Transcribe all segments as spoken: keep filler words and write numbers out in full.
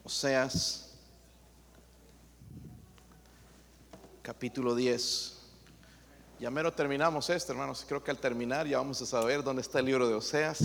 Oseas, capítulo diez. Ya mero terminamos esto, hermanos. Creo que al terminar ya vamos a saber dónde está el libro de Oseas.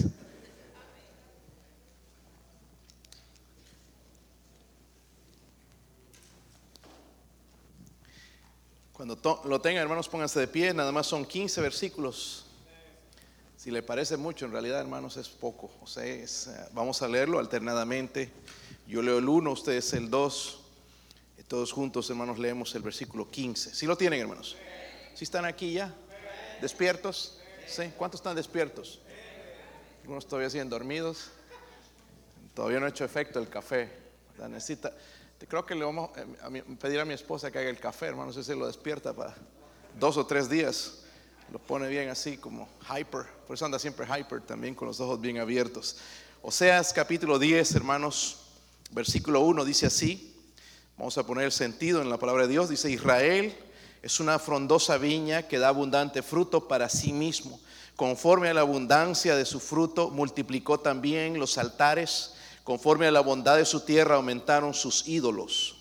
Cuando to- lo tengan, hermanos, pónganse de pie. Nada más son quince versículos. Si le parece mucho, en realidad, hermanos, es poco. O sea, es, eh, vamos a leerlo alternadamente. Yo leo el uno, ustedes el dos. Todos juntos, hermanos, leemos el versículo quince. ¿Sí lo tienen, hermanos? ¿Sí están aquí ya? ¿Despiertos? ¿Sí? ¿Cuántos están despiertos? Algunos todavía siguen dormidos. Todavía no ha hecho efecto el café. La necesita. Creo que le vamos a pedir a mi esposa que haga el café, hermanos. Ese lo despierta para dos o tres días. Lo pone bien así como hyper. Por eso anda siempre hyper también, con los ojos bien abiertos. Oseas capítulo diez, hermanos, versículo uno dice así. Vamos a poner el sentido en la palabra de Dios. Dice: Israel es una frondosa viña que da abundante fruto para sí mismo. Conforme a la abundancia de su fruto, multiplicó también los altares. Conforme a la bondad de su tierra, aumentaron sus ídolos.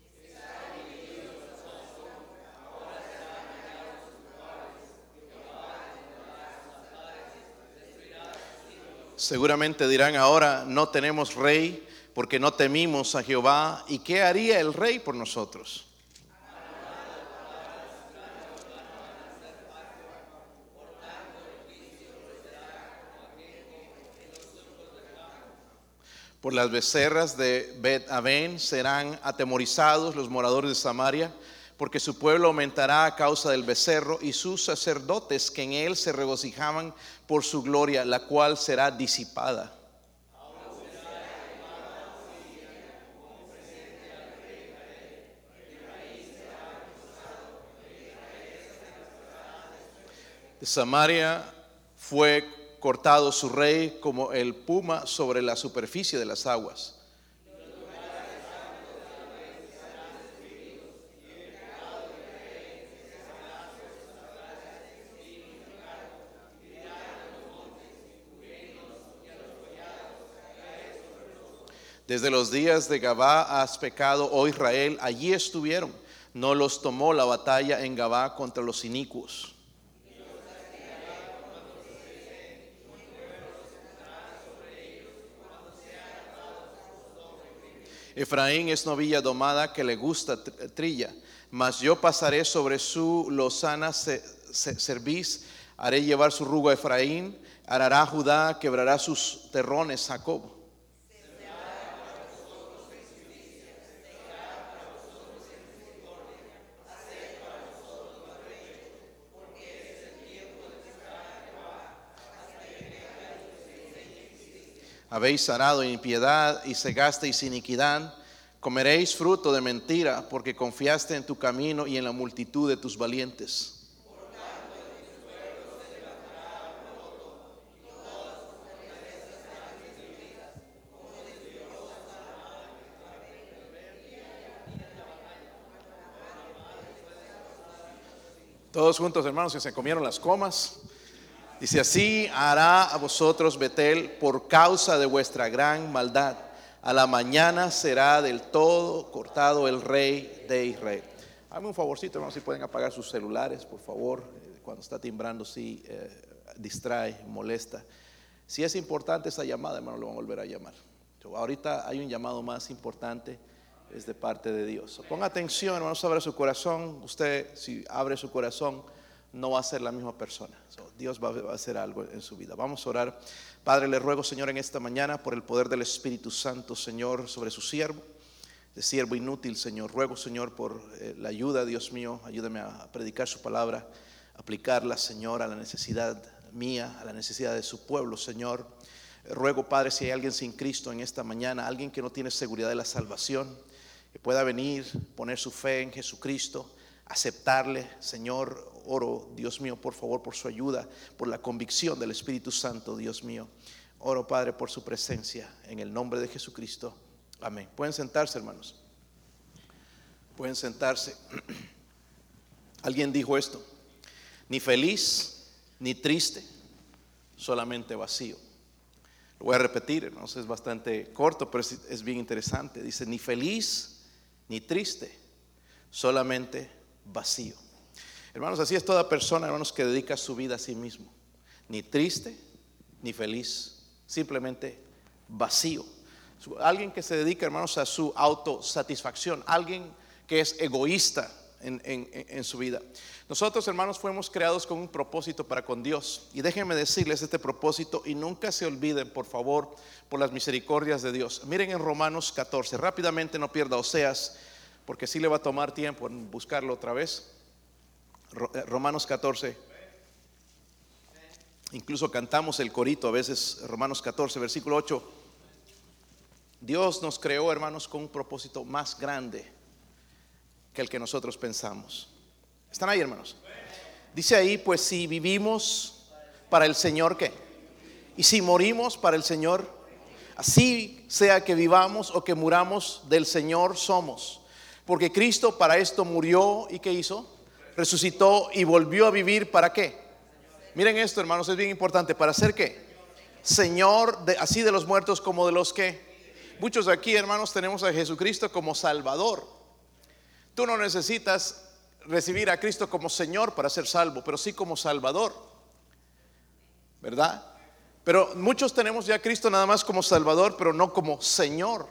Seguramente dirán ahora: no tenemos rey, porque no temimos a Jehová. ¿Y qué haría el rey por nosotros? Por las becerras de Bet-Aven serán atemorizados los moradores de Samaria, porque su pueblo aumentará a causa del becerro, y sus sacerdotes que en él se regocijaban por su gloria, la cual será disipada. De Samaria fue cortado su rey como el puma sobre la superficie de las aguas. Desde los días de Gabá has pecado, oh Israel, allí estuvieron. No los tomó la batalla en Gabá contra los inicuos. Efraín es novilla domada que le gusta trilla, mas yo pasaré sobre su lozana cerviz, haré llevar su rugo a Efraín, arará Judá, quebrará sus terrones Jacob. Habéis arado impiedad y cegasteis iniquidad. Comeréis fruto de mentira, porque confiaste en tu camino y en la multitud de tus valientes. Todos juntos, hermanos, que se comieron las comas. Dice: así hará a vosotros Betel por causa de vuestra gran maldad. A la mañana será del todo cortado el rey de Israel. Hazme un favorcito, hermanos, si pueden apagar sus celulares, por favor. Cuando está timbrando, sí, eh, distrae, molesta. Si es importante esa llamada, hermano, lo van a volver a llamar. So, ahorita hay un llamado más importante, es de parte de Dios. So, ponga atención, hermanos, abre su corazón. Usted, si abre su corazón, no va a ser la misma persona. So, Dios va a hacer algo en su vida. Vamos a orar. Padre, le ruego, Señor, en esta mañana por el poder del Espíritu Santo, Señor, sobre su siervo, de siervo inútil, Señor. Ruego, Señor, por eh, la ayuda, Dios mío. Ayúdame a predicar su palabra, aplicarla, Señor, a la necesidad mía, a la necesidad de su pueblo, Señor. Ruego, Padre, si hay alguien sin Cristo en esta mañana, alguien que no tiene seguridad de la salvación, que pueda venir, poner su fe en Jesucristo, aceptarle, Señor. Oro, Dios mío, por favor, por su ayuda, por la convicción del Espíritu Santo, Dios mío. Oro, Padre, por su presencia, en el nombre de Jesucristo. Amén. Pueden sentarse, hermanos. Pueden sentarse. Alguien dijo esto: ni feliz ni triste, solamente vacío. Lo voy a repetir, ¿no? Es bastante corto, pero es, es bien interesante. Dice, ni feliz ni triste, solamente vacío. Hermanos, así es toda persona, hermanos, que dedica su vida a sí mismo. Ni triste ni feliz, simplemente vacío. Alguien que se dedica, hermanos, a su autosatisfacción, alguien que es egoísta en, en, en su vida. Nosotros, hermanos, fuimos creados con un propósito para con Dios. Y déjenme decirles este propósito, y nunca se olviden, por favor, por las misericordias de Dios. Miren en Romanos catorce, rápidamente, no pierda Oseas, porque sí le va a tomar tiempo en buscarlo otra vez. Romanos catorce. Incluso cantamos el corito a veces. Romanos catorce, versículo ocho. Dios nos creó, hermanos, con un propósito más grande que el que nosotros pensamos. ¿Están ahí, hermanos? Dice ahí, pues si vivimos para el Señor, ¿qué? Y si morimos para el Señor, así sea que vivamos o que muramos, del Señor somos. Porque Cristo para esto murió, ¿y qué hizo? Resucitó y volvió a vivir, ¿para qué? Miren esto, hermanos, es bien importante. ¿Para ser qué? Señor, de, así de los muertos como de los que. Muchos de aquí, hermanos, tenemos a Jesucristo como Salvador. Tú no necesitas recibir a Cristo como Señor para ser salvo, pero sí como Salvador, ¿verdad? Pero muchos tenemos ya a Cristo nada más como Salvador, pero no como Señor.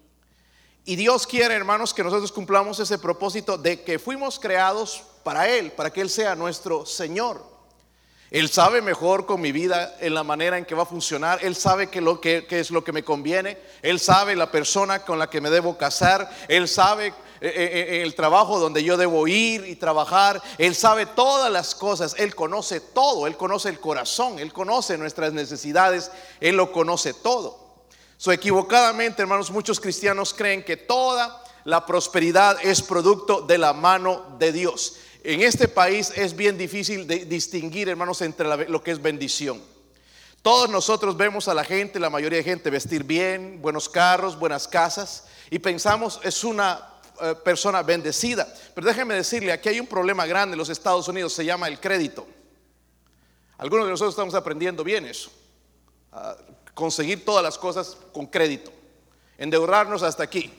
Y Dios quiere, hermanos, que nosotros cumplamos ese propósito de que fuimos creados para Él, para que Él sea nuestro Señor. Él sabe mejor con mi vida en la manera en que va a funcionar. Él sabe que lo que, que es lo que me conviene. Él sabe la persona con la que me debo casar. Él sabe eh, eh, el trabajo donde yo debo ir y trabajar. Él sabe todas las cosas. Él conoce todo. Él conoce el corazón. Él conoce nuestras necesidades. Él lo conoce todo. So, equivocadamente, hermanos, muchos cristianos creen que toda la prosperidad es producto de la mano de Dios. En este país es bien difícil de distinguir, hermanos, entre la, lo que es bendición. Todos nosotros vemos a la gente, la mayoría de gente vestir bien, buenos carros, buenas casas, y pensamos es una eh, persona bendecida. Pero déjeme decirle, aquí hay un problema grande en los Estados Unidos, se llama el crédito. Algunos de nosotros estamos aprendiendo bien eso, a conseguir todas las cosas con crédito, endeudarnos hasta aquí,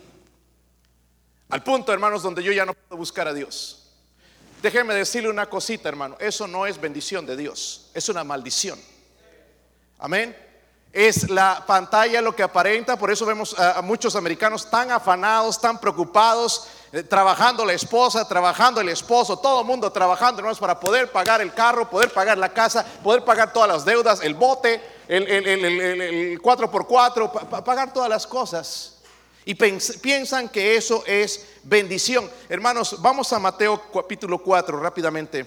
al punto, hermanos, donde yo ya no puedo buscar a Dios. Déjeme decirle una cosita, hermano, eso no es bendición de Dios, es una maldición. Amén. Es la pantalla lo que aparenta. Por eso vemos a, a muchos americanos tan afanados, tan preocupados, eh, trabajando la esposa, trabajando el esposo, todo el mundo trabajando, hermanos, para poder pagar el carro, poder pagar la casa, poder pagar todas las deudas, el bote, el, el, el, el, el, el cuatro por cuatro, pa, pa, pagar todas las cosas. Y piensan que eso es bendición. Hermanos, vamos a Mateo capítulo cuatro rápidamente.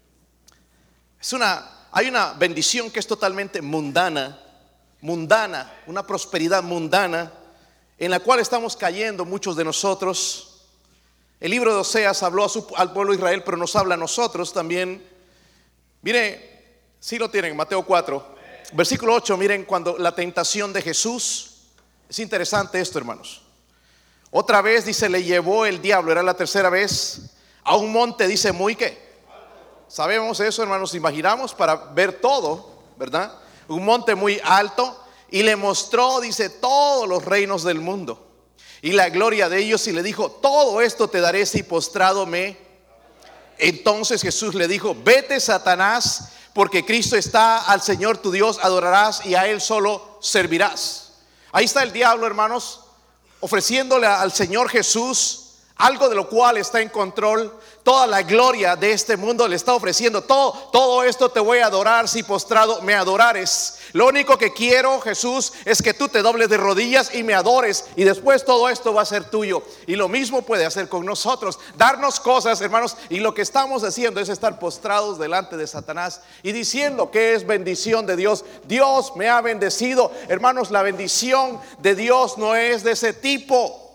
Es una, hay una bendición que es totalmente mundana, mundana, una prosperidad mundana en la cual estamos cayendo muchos de nosotros. El libro de Oseas habló a su, al pueblo de Israel, pero nos habla a nosotros también. Mire, si lo tienen, Mateo cuatro, versículo ocho, miren cuando la tentación de Jesús. Es interesante esto, hermanos. Otra vez dice, le llevó el diablo, era la tercera vez, a un monte, dice, muy ¿qué? Sabemos eso, hermanos, imaginamos para ver todo, ¿verdad? Un monte muy alto, y le mostró, dice, todos los reinos del mundo y la gloria de ellos, y le dijo, todo esto te daré si postrado me. Entonces Jesús le dijo, vete, Satanás, porque Cristo está, al Señor tu Dios adorarás y a Él solo servirás. Ahí está el diablo, hermanos, ofreciéndole al Señor Jesús algo de lo cual está en control. Toda la gloria de este mundo le está ofreciendo. Todo, todo esto te voy a adorar si postrado me adorares. Lo único que quiero, Jesús, es que tú te dobles de rodillas y me adores, y después todo esto va a ser tuyo. Y lo mismo puede hacer con nosotros, darnos cosas, hermanos. Y lo que estamos haciendo es estar postrados delante de Satanás y diciendo que es bendición de Dios. Dios me ha bendecido. Hermanos, la bendición de Dios no es de ese tipo.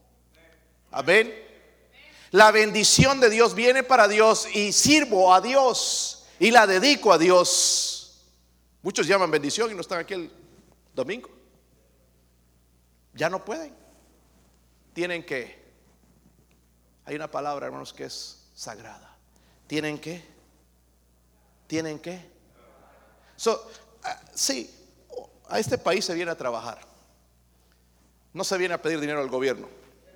Amén. La bendición de Dios viene para Dios, y sirvo a Dios y la dedico a Dios. Muchos llaman bendición y no están aquí el domingo. Ya no pueden. Tienen que. Hay una palabra, hermanos, que es sagrada. Tienen que. Tienen que. So, uh, sí, a este país se viene a trabajar. No se viene a pedir dinero al gobierno.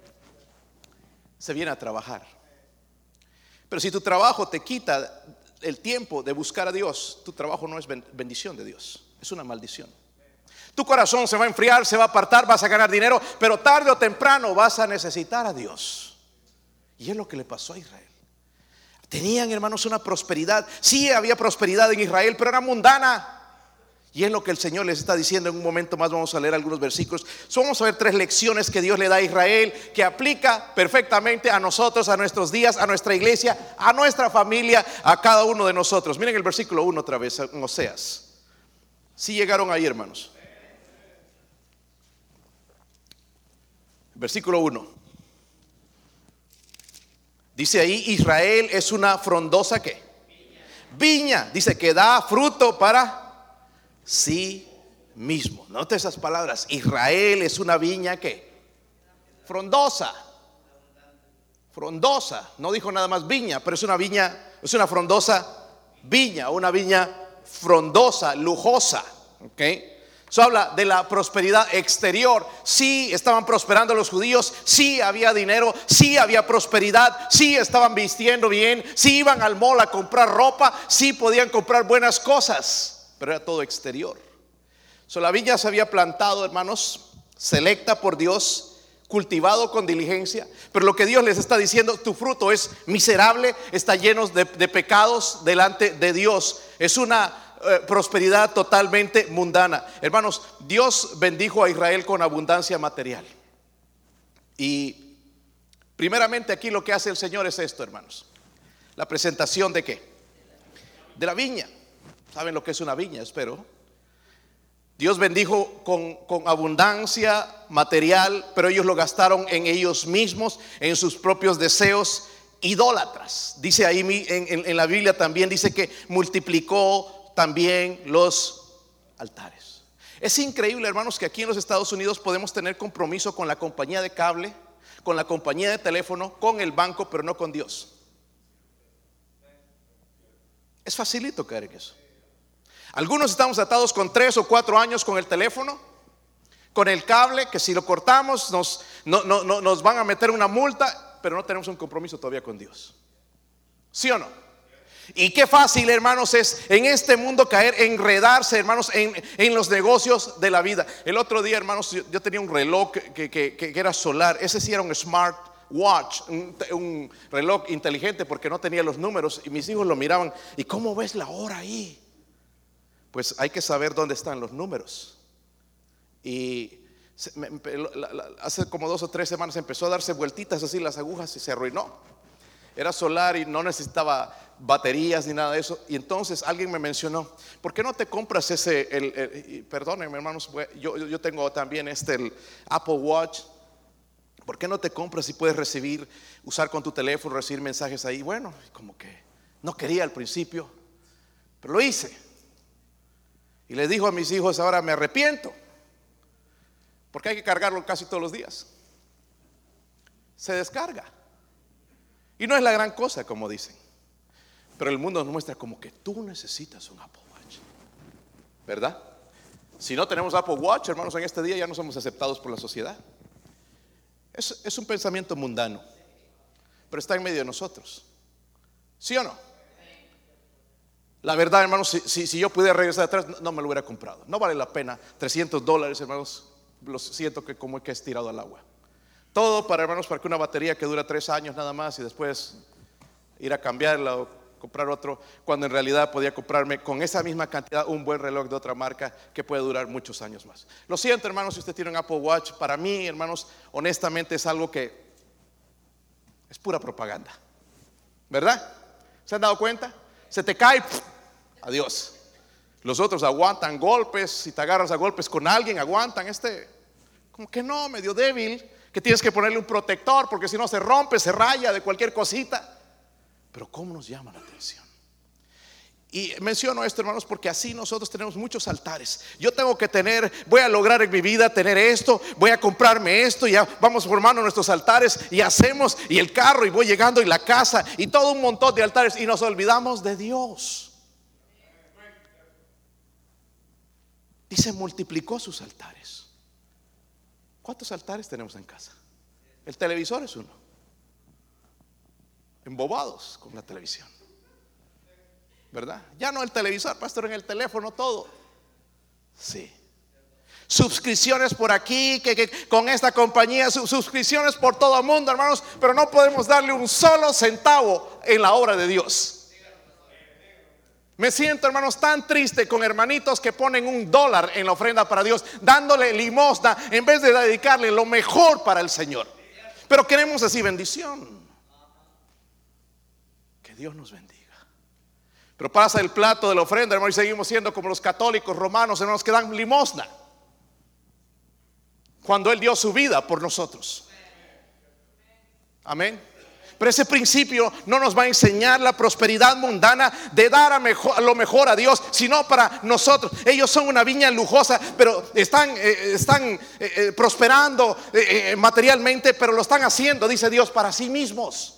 Se viene a trabajar. Pero si tu trabajo te quita el tiempo de buscar a Dios, tu trabajo no es bendición de Dios, es una maldición. Tu corazón se va a enfriar, se va a apartar, vas a ganar dinero, pero tarde o temprano vas a necesitar a Dios. Y es lo que le pasó a Israel. Tenían, hermanos, una prosperidad. Sí, había prosperidad en Israel, pero era mundana. Y es lo que el Señor les está diciendo. En un momento más vamos a leer algunos versículos. So, vamos a ver tres lecciones que Dios le da a Israel, que aplica perfectamente a nosotros, a nuestros días, a nuestra iglesia, a nuestra familia, a cada uno de nosotros. Miren el versículo uno otra vez, en Oseas. Sí llegaron ahí, hermanos. Versículo uno. Dice ahí: Israel es una frondosa ¿qué? Viña. Dice que da fruto para sí mismo. Note esas palabras. Israel es una viña ¿qué? Frondosa. Frondosa. No dijo nada más viña, pero es una viña, es una frondosa viña, una viña frondosa, lujosa. ¿Ok? Eso habla de la prosperidad exterior. Sí estaban prosperando los judíos, sí había dinero, sí había prosperidad, sí estaban vistiendo bien, sí iban al mall a comprar ropa, sí podían comprar buenas cosas, pero era todo exterior. So, la viña se había plantado, hermanos, selecta por Dios, cultivado con diligencia, pero lo que Dios les está diciendo: tu fruto es miserable, está lleno de, de pecados delante de Dios. Es una Eh, prosperidad totalmente mundana. Hermanos, Dios bendijo a Israel con abundancia material. Y primeramente aquí lo que hace el Señor es esto, hermanos: la presentación de ¿qué? De la viña. ¿Saben lo que es una viña? Espero. Dios bendijo con, con abundancia material, pero ellos lo gastaron en ellos mismos, en sus propios deseos idólatras. Dice ahí en, en, en la Biblia también, dice que multiplicó también los altares. Es increíble, hermanos, que aquí en los Estados Unidos podemos tener compromiso con la compañía de cable, con la compañía de teléfono, con el banco, pero no con Dios. Es facilito caer en eso. Algunos estamos atados con tres o cuatro años con el teléfono, con el cable, que si lo cortamos nos, no, no, no, nos van a meter una multa, pero no tenemos un compromiso todavía con Dios. ¿Sí o no? Y qué fácil, hermanos, es en este mundo caer, enredarse, hermanos, en, en los negocios de la vida. El otro día, hermanos, yo, yo tenía un reloj que, que, que era solar. Ese sí era un smart watch, un, un reloj inteligente, porque no tenía los números. Y mis hijos lo miraban: ¿y cómo ves la hora ahí? Pues hay que saber dónde están los números. Y se, me, la, la, hace como dos o tres semanas empezó a darse vueltitas así las agujas y se arruinó. Era solar y no necesitaba baterías ni nada de eso. Y entonces alguien me mencionó: ¿por qué no te compras ese? El, el, perdónenme, hermanos, yo, yo tengo también este el Apple Watch. ¿Por qué no te compras y puedes recibir, usar con tu teléfono, recibir mensajes ahí? Bueno, como que no quería al principio, pero lo hice. Y les digo a mis hijos: ahora me arrepiento, porque hay que cargarlo casi todos los días. Se descarga. Y no es la gran cosa, como dicen, pero el mundo nos muestra como que tú necesitas un Apple Watch, ¿verdad? Si no tenemos Apple Watch, hermanos, en este día ya no somos aceptados por la sociedad. Es, es un pensamiento mundano, pero está en medio de nosotros. ¿Sí o no? La verdad, hermanos, si, si, si yo pudiera regresar atrás, no, no me lo hubiera comprado. No vale la pena. trescientos dólares, hermanos, lo siento que como que es tirado al agua. Todo para, hermanos, para que una batería que dura tres años nada más y después ir a cambiarla o comprar otro, cuando en realidad podía comprarme con esa misma cantidad un buen reloj de otra marca que puede durar muchos años más. Lo siento, hermanos, si usted tiene un Apple Watch. Para mí, hermanos, honestamente es algo que es pura propaganda, ¿verdad? ¿Se han dado cuenta? Se te cae, ¡puf! Adiós. Los otros aguantan golpes. Si te agarras a golpes con alguien, aguantan. Este como que no, medio débil, que tienes que ponerle un protector porque si no se rompe, se raya de cualquier cosita. Pero cómo nos llama la atención. Y menciono esto, hermanos, porque así nosotros tenemos muchos altares. Yo tengo que tener, voy a lograr en mi vida tener esto, voy a comprarme esto, y ya vamos formando nuestros altares y hacemos, y el carro, y voy llegando, y la casa, y todo un montón de altares, y nos olvidamos de Dios. Dice, multiplicó sus altares. ¿Cuántos altares tenemos en casa? El televisor es uno. Embobados con la televisión, ¿verdad? Ya no el televisor, pastor, en el teléfono todo. Sí. Suscripciones por aquí, que, que con esta compañía, suscripciones por todo el mundo, hermanos, pero no podemos darle un solo centavo en la obra de Dios. Me siento, hermanos, tan triste con hermanitos que ponen un dólar en la ofrenda para Dios, dándole limosna en vez de dedicarle lo mejor para el Señor. Pero queremos así bendición. Que Dios nos bendiga. Pero pasa el plato de la ofrenda, hermanos, y seguimos siendo como los católicos romanos, hermanos, que dan limosna, cuando Él dio su vida por nosotros. Amén. Pero ese principio no nos va a enseñar la prosperidad mundana de dar a, mejor, a lo mejor a Dios, sino para nosotros. Ellos son una viña lujosa, pero están, eh, están eh, eh, prosperando eh, eh, materialmente, pero lo están haciendo, dice Dios, para sí mismos.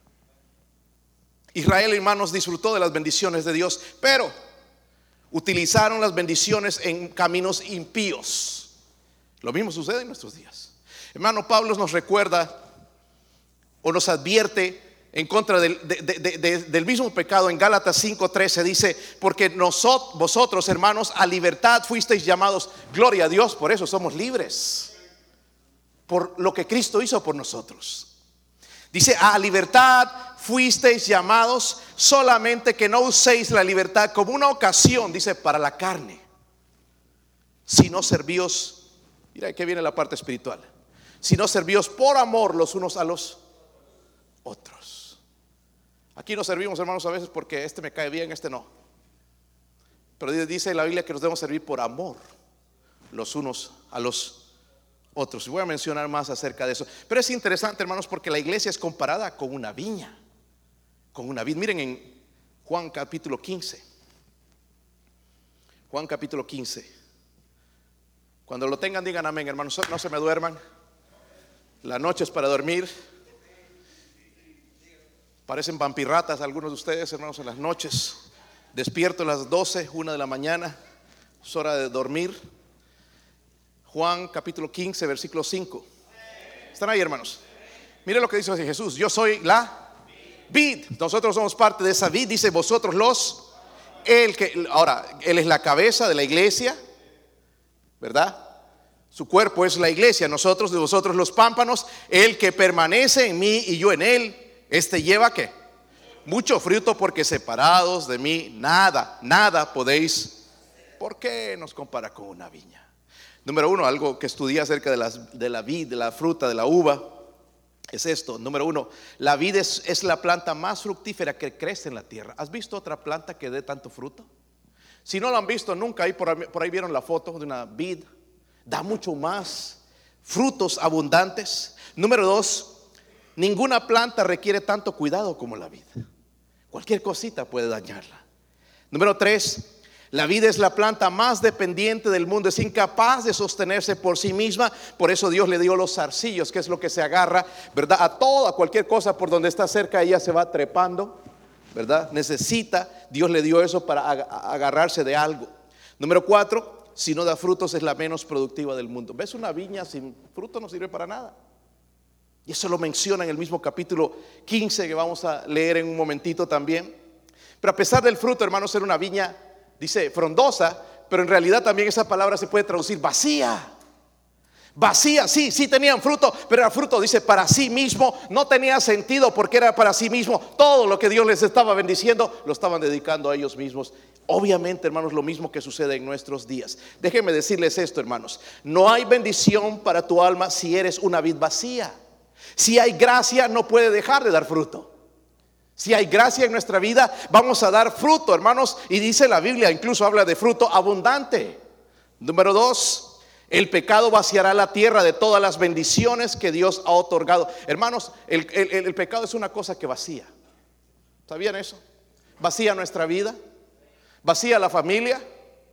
Israel, hermanos, disfrutó de las bendiciones de Dios, pero utilizaron las bendiciones en caminos impíos. Lo mismo sucede en nuestros días. Hermano Pablo nos recuerda o nos advierte en contra del, de, de, de, del mismo pecado. En Gálatas cinco trece dice, porque nosotros, vosotros, hermanos, a libertad fuisteis llamados. Gloria a Dios, por eso somos libres, por lo que Cristo hizo por nosotros. Dice, a libertad fuisteis llamados, solamente que no uséis la libertad como una ocasión, dice, para la carne, sino servíos. Mira que viene la parte espiritual. Sino servíos por amor los unos a los otros. Aquí nos servimos, hermanos, a veces porque este me cae bien, este no. Pero dice la Biblia que nos debemos servir por amor los unos a los otros. Y voy a mencionar más acerca de eso. Pero es interesante, hermanos, porque la iglesia es comparada con una viña, con una vid. Miren en Juan capítulo quince. Juan capítulo quince. Cuando lo tengan, digan amén, hermanos. No se me duerman. La noche es para dormir. Parecen vampirratas algunos de ustedes, hermanos, en las noches. Despierto a las doce, una de la mañana. Es hora de dormir. Juan capítulo quince, versículo cinco. ¿Están ahí, hermanos? Mire lo que dice Jesús. Yo soy la vid. Nosotros somos parte de esa vid. Dice, vosotros los. Él que, ahora, Él es la cabeza de la iglesia, ¿verdad? Su cuerpo es la iglesia. Nosotros, de vosotros los pámpanos. El que permanece en mí y yo en él, este lleva ¿qué? Mucho fruto, porque separados de mí nada, nada podéis. ¿Por qué nos compara con una viña? Número uno, algo que estudié acerca de, las, de la vid, de la fruta, de la uva, es esto. Número uno, la vid es, es la planta más fructífera que crece en la tierra. ¿Has visto otra planta que dé tanto fruto? Si no lo han visto nunca, ahí por, ahí, por ahí vieron la foto de una vid. Da mucho más frutos abundantes. Número dos, ninguna planta requiere tanto cuidado como la vid. Cualquier cosita puede dañarla. Número tres, la vid es la planta más dependiente del mundo. Es incapaz de sostenerse por sí misma. Por eso Dios le dio los zarcillos, que es lo que se agarra, ¿verdad? A toda, cualquier cosa por donde está cerca, ella se va trepando, ¿verdad? Necesita, Dios le dio eso para agarrarse de algo. Número cuatro, si no da frutos es la menos productiva del mundo. ¿Ves? Una viña sin fruto no sirve para nada. Y eso lo menciona en el mismo capítulo quince, que vamos a leer en un momentito también. Pero a pesar del fruto, hermanos, era una viña, dice, frondosa, pero en realidad también esa palabra se puede traducir vacía. Vacía, sí, sí tenían fruto, pero era fruto, dice, para sí mismo. No tenía sentido porque era para sí mismo. Todo lo que Dios les estaba bendiciendo lo estaban dedicando a ellos mismos. Obviamente, hermanos, lo mismo que sucede en nuestros días. Déjenme decirles esto, hermanos. No hay bendición para tu alma si eres una vid vacía. Si hay gracia, no puede dejar de dar fruto. Si hay gracia en nuestra vida, vamos a dar fruto, hermanos. Y dice la Biblia, incluso habla de fruto abundante. Número dos, el pecado vaciará la tierra de todas las bendiciones que Dios ha otorgado. Hermanos, el, el, el pecado es una cosa que vacía. ¿Sabían eso? Vacía nuestra vida, vacía la familia,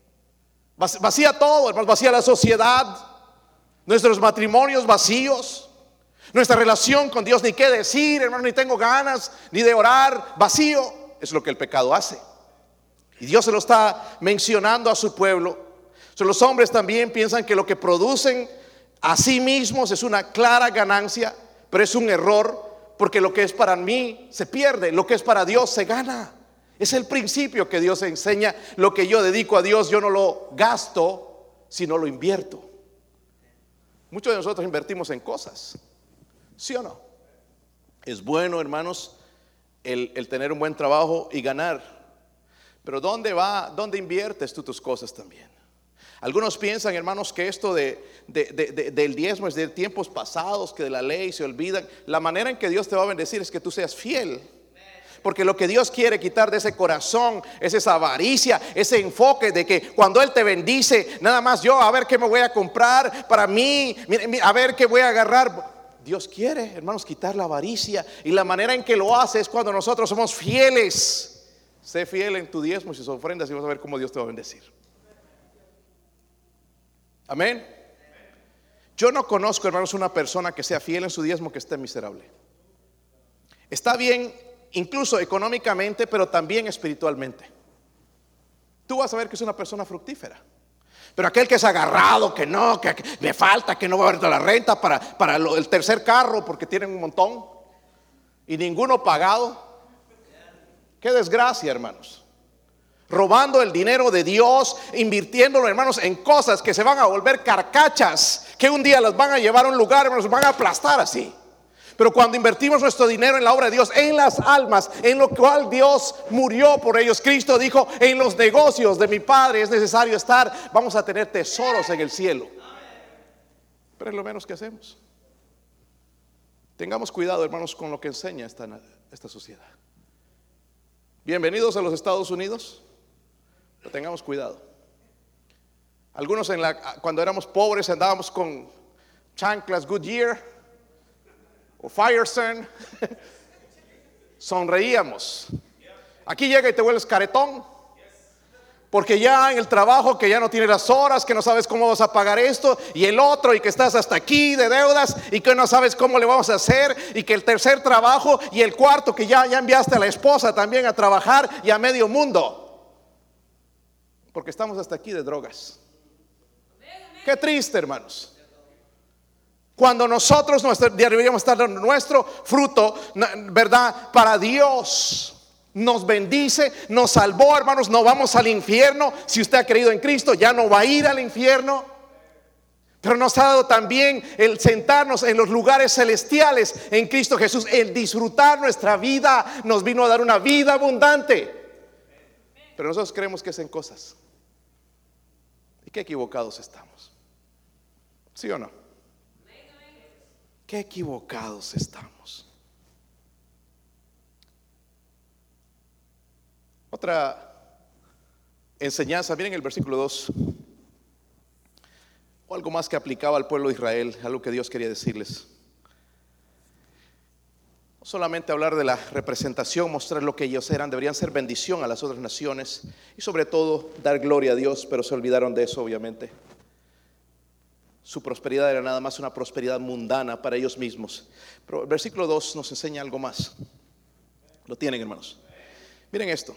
vacía todo, hermanos, vacía la sociedad, nuestros matrimonios vacíos. Nuestra relación con Dios, ni qué decir, hermano, ni tengo ganas ni de orar, vacío. Es lo que el pecado hace. Y Dios se lo está mencionando a su pueblo. So, los hombres también piensan que lo que producen a sí mismos es una clara ganancia, pero es un error, porque lo que es para mí se pierde, lo que es para Dios se gana. Es el principio que Dios enseña. Lo que yo dedico a Dios, yo no lo gasto, sino lo invierto. Muchos de nosotros invertimos en cosas, ¿sí o no? Es bueno, hermanos, el, el tener un buen trabajo y ganar, pero ¿dónde va, dónde inviertes tú tus cosas también? Algunos piensan, hermanos, que esto de, de, de, de, del diezmo es de tiempos pasados, que de la ley se olvidan. La manera en que Dios te va a bendecir es que tú seas fiel. Porque lo que Dios quiere quitar de ese corazón es esa avaricia, ese enfoque de que cuando Él te bendice, nada más yo a ver qué me voy a comprar para mí, a ver qué voy a agarrar. Dios quiere, hermanos, quitar la avaricia, y la manera en que lo hace es cuando nosotros somos fieles. Sé fiel en tu diezmo y sus ofrendas y vas a ver cómo Dios te va a bendecir. Amén. Yo no conozco, hermanos, una persona que sea fiel en su diezmo que esté miserable. Está bien, incluso económicamente, pero también espiritualmente. Tú vas a ver que es una persona fructífera. Pero aquel que es agarrado, que no, que me falta, que no va a haber la renta para, para lo, el tercer carro, porque tienen un montón y ninguno pagado. Qué desgracia, hermanos. Robando el dinero de Dios, invirtiéndolo, hermanos, en cosas que se van a volver carcachas, que un día las van a llevar a un lugar, hermanos, van a aplastar así. Pero cuando invertimos nuestro dinero en la obra de Dios, en las almas, en lo cual Dios murió por ellos, Cristo dijo: en los negocios de mi Padre es necesario estar. Vamos a tener tesoros en el cielo. Pero es lo menos que hacemos. Tengamos cuidado, hermanos, con lo que enseña esta, esta sociedad. Bienvenidos a los Estados Unidos, pero tengamos cuidado. Algunos en la, cuando éramos pobres andábamos con chanclas Goodyear o Firestone. Sonreíamos. Aquí llega y te vuelves caretón, porque ya en el trabajo que ya no tienes las horas, que no sabes cómo vas a pagar esto y el otro, y que estás hasta aquí de deudas y que no sabes cómo le vamos a hacer, y que el tercer trabajo y el cuarto que ya, ya enviaste a la esposa también a trabajar y a medio mundo, porque estamos hasta aquí de drogas. Qué triste, hermanos. Cuando nosotros deberíamos estar dando nuestro fruto, ¿verdad? Para Dios. Nos bendice, nos salvó, hermanos. No vamos al infierno. Si usted ha creído en Cristo, ya no va a ir al infierno. Pero nos ha dado también el sentarnos en los lugares celestiales en Cristo Jesús. El disfrutar nuestra vida. Nos vino a dar una vida abundante. Pero nosotros creemos que es en cosas. ¿Y qué equivocados estamos? ¿Sí o no? Qué equivocados estamos. Otra enseñanza, miren el versículo dos, o algo más que aplicaba al pueblo de Israel, algo que Dios quería decirles. No solamente hablar de la representación, mostrar lo que ellos eran, deberían ser bendición a las otras naciones y sobre todo dar gloria a Dios, pero se olvidaron de eso, obviamente. Su prosperidad era nada más una prosperidad mundana para ellos mismos. Pero el versículo dos nos enseña algo más. Lo tienen, hermanos. Miren esto.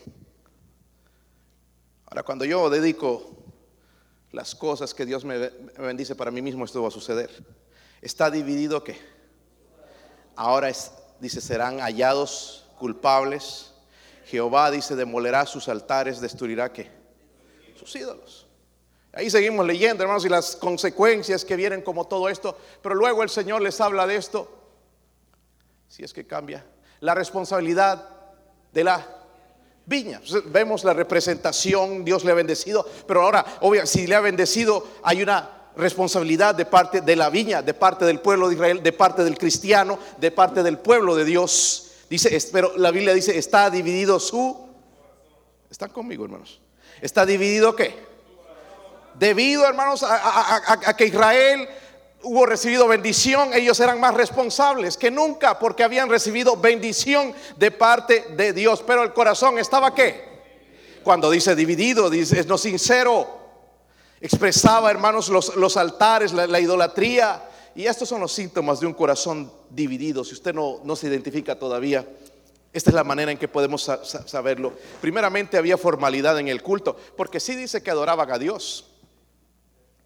Ahora, cuando yo dedico las cosas que Dios me bendice para mí mismo, esto va a suceder. Está dividido ¿qué? Ahora es, dice, serán hallados culpables. Jehová, dice, demolerá sus altares, destruirá ¿qué? Sus ídolos. Ahí seguimos leyendo, hermanos, y las consecuencias que vienen como todo esto. Pero luego el Señor les habla de esto. Si es que cambia la responsabilidad de la viña. Vemos la representación, Dios le ha bendecido, pero ahora, obvio, si le ha bendecido, hay una responsabilidad de parte de la viña, de parte del pueblo de Israel, de parte del cristiano, de parte del pueblo de Dios. Dice, pero la Biblia dice, está dividido su. ¿Están conmigo, hermanos? ¿Está dividido qué? Debido, hermanos, a, a, a, a que Israel hubo recibido bendición, ellos eran más responsables que nunca, porque habían recibido bendición de parte de Dios. Pero el corazón estaba ¿qué? Cuando dice dividido, dice es no sincero. Expresaba, hermanos, los, los altares, la, la idolatría. Y estos son los síntomas de un corazón dividido. Si usted no, no se identifica todavía, esta es la manera en que podemos saberlo. Primeramente había formalidad en el culto, porque sí dice que adoraban a Dios.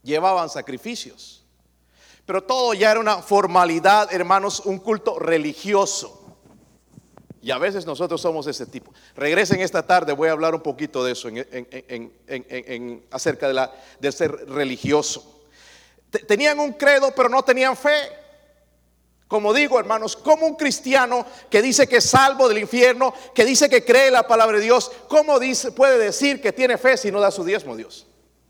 llevaban sacrificios. Pero todo ya era una formalidad, hermanos, un culto religioso. Y a veces nosotros somos ese tipo. Regresen esta tarde, voy a hablar un poquito de eso, en, en, en, en, en, acerca de la, del ser religioso. Tenían un credo, pero no tenían fe. Como digo, hermanos, como un cristiano que dice que es salvo del infierno, que dice que cree la palabra de Dios, ¿cómo dice, puede decir que tiene fe si no da su diezmo a Dios?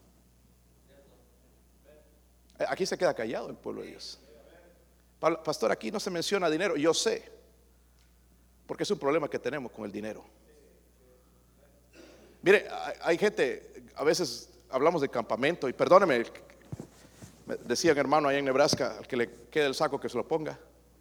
Aquí se queda callado el pueblo de Dios. Pastor, aquí no se menciona dinero. Yo sé, porque es un problema que tenemos con el dinero. Mire, hay gente, a veces hablamos de campamento, y perdóneme, me decía un hermano allá en Nebraska, al que le quede el saco que se lo ponga.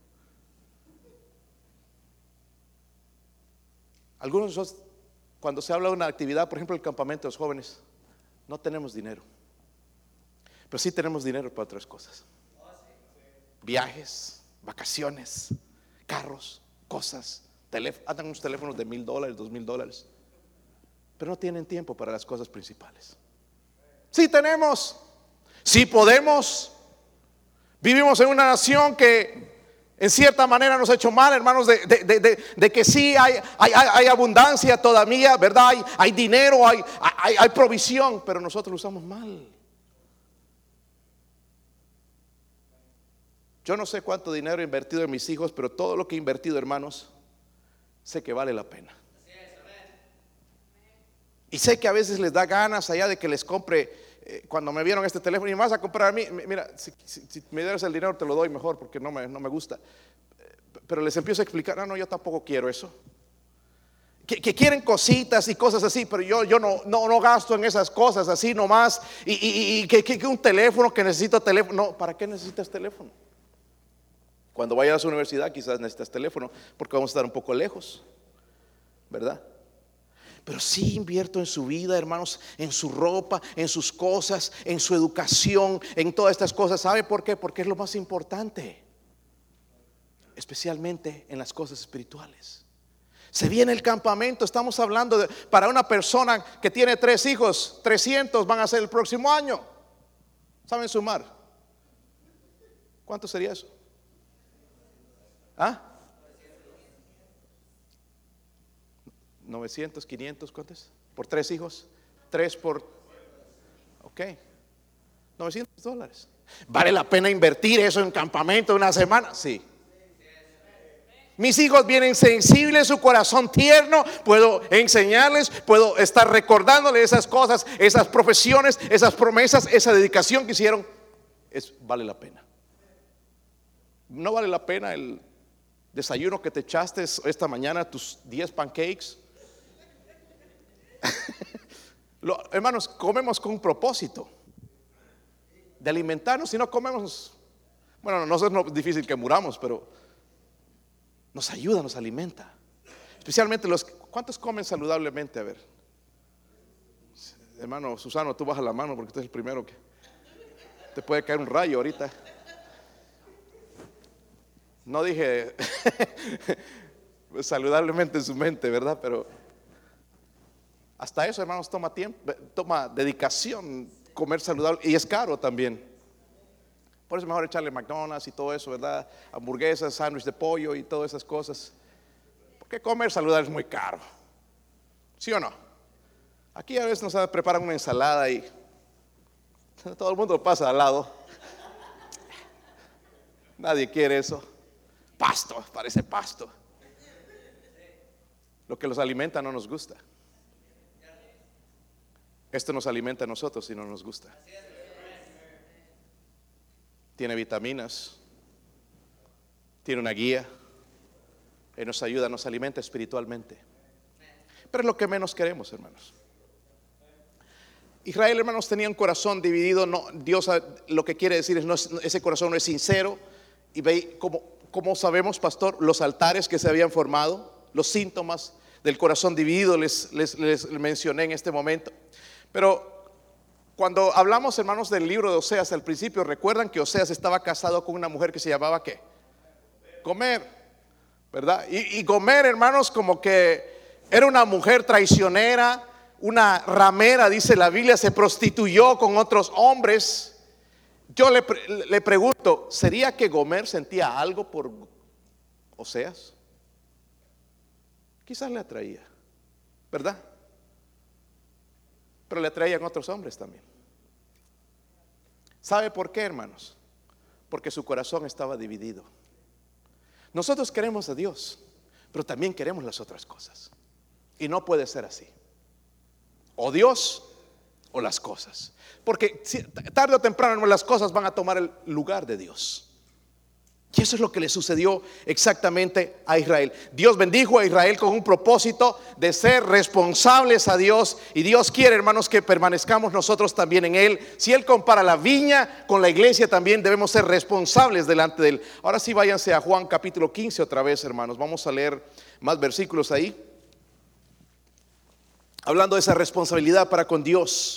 Algunos de nosotros, cuando se habla de una actividad, por ejemplo el campamento de los jóvenes, no tenemos dinero. Pero sí tenemos dinero para otras cosas. Viajes, vacaciones, carros, cosas, teléfonos. Andan unos teléfonos de mil dólares, dos mil dólares. Pero no tienen tiempo para las cosas principales. Sí tenemos, sí podemos. Vivimos en una nación que en cierta manera nos ha hecho mal, hermanos, de, de, de, de, de que sí hay, hay, hay abundancia todavía, ¿verdad? Hay, hay dinero, hay, hay, hay provisión, pero nosotros lo usamos mal. Yo no sé cuánto dinero he invertido en mis hijos, pero todo lo que he invertido, hermanos, sé que vale la pena. Y sé que a veces les da ganas allá de que les compre, eh, cuando me vieron este teléfono, y me vas a comprar a mí, mira, si, si, si me dieras el dinero te lo doy mejor porque no me, no me gusta. Pero les empiezo a explicar, no, no, yo tampoco quiero eso. Que, que quieren cositas y cosas así, pero yo, yo no, no, no gasto en esas cosas así nomás. Y, y, y que, que, que un teléfono, que necesito teléfono. No, ¿para qué necesitas teléfono? Cuando vayas a la universidad quizás necesitas teléfono porque vamos a estar un poco lejos, ¿verdad? Pero sí invierto en su vida, hermanos, en su ropa, en sus cosas, en su educación, en todas estas cosas. ¿Sabe por qué? Porque es lo más importante, especialmente en las cosas espirituales. Se viene el campamento, estamos hablando de, para una persona que tiene tres hijos, trescientos van a ser el próximo año. ¿Saben sumar? ¿Cuánto sería eso? ¿Ah? novecientos, quinientos, ¿cuántos? ¿Por tres hijos? Tres por... Ok, novecientos dólares. ¿Vale la pena invertir eso en campamento de una semana? Sí. Mis hijos vienen sensibles, su corazón tierno. Puedo enseñarles, puedo estar recordándoles esas cosas, esas profesiones, esas promesas, esa dedicación que hicieron. Es, vale la pena. No vale la pena el desayuno que te echaste esta mañana, tus diez pancakes. Lo, hermanos, comemos con un propósito de alimentarnos. Si no comemos, bueno, no es difícil que muramos, pero nos ayuda, nos alimenta. Especialmente los, ¿cuántos comen saludablemente? A ver, hermano Susano, tú baja la mano porque tú eres el primero que te puede caer un rayo ahorita. No dije saludablemente en su mente, ¿verdad? Pero hasta eso, hermanos, toma tiempo, toma dedicación comer saludable, y es caro también. Por eso es mejor echarle McDonald's y todo eso, ¿verdad? Hamburguesas, sándwich de pollo y todas esas cosas. Porque comer saludable es muy caro. ¿Sí o no? Aquí a veces nos preparan una ensalada y todo el mundo pasa al lado. Nadie quiere eso. Pasto, parece pasto. Lo que los alimenta no nos gusta. Esto nos alimenta a nosotros y no nos gusta. Tiene vitaminas, tiene una guía, y nos ayuda, nos alimenta espiritualmente. Pero es lo que menos queremos, hermanos. Israel, hermanos, tenía un corazón dividido. No, Dios lo que quiere decir es, no, ese corazón no es sincero. Y ve como, como sabemos, pastor, los altares que se habían formado, los síntomas del corazón dividido les, les, les mencioné en este momento. Pero cuando hablamos, hermanos, del libro de Oseas al principio, recuerdan que Oseas estaba casado con una mujer que se llamaba ¿qué? Gomer, ¿verdad? Y, y Gomer, hermanos, como que era una mujer traicionera, una ramera, dice la Biblia, se prostituyó con otros hombres. Yo le, le pregunto, ¿sería que Gomer sentía algo por Oseas? Quizás le atraía, ¿verdad? Pero le atraían otros hombres también. ¿Sabe por qué, hermanos? Porque su corazón estaba dividido. Nosotros queremos a Dios, pero también queremos las otras cosas. Y no puede ser así. O Dios o las cosas. Porque tarde o temprano las cosas van a tomar el lugar de Dios. Y eso es lo que le sucedió exactamente a Israel. Dios bendijo a Israel con un propósito de ser responsables a Dios. Y Dios quiere, hermanos, que permanezcamos nosotros también en Él. Si Él compara la viña con la iglesia, también debemos ser responsables delante de Él. Ahora sí, váyanse a Juan capítulo quince otra vez, hermanos. Vamos a leer más versículos ahí, hablando de esa responsabilidad para con Dios.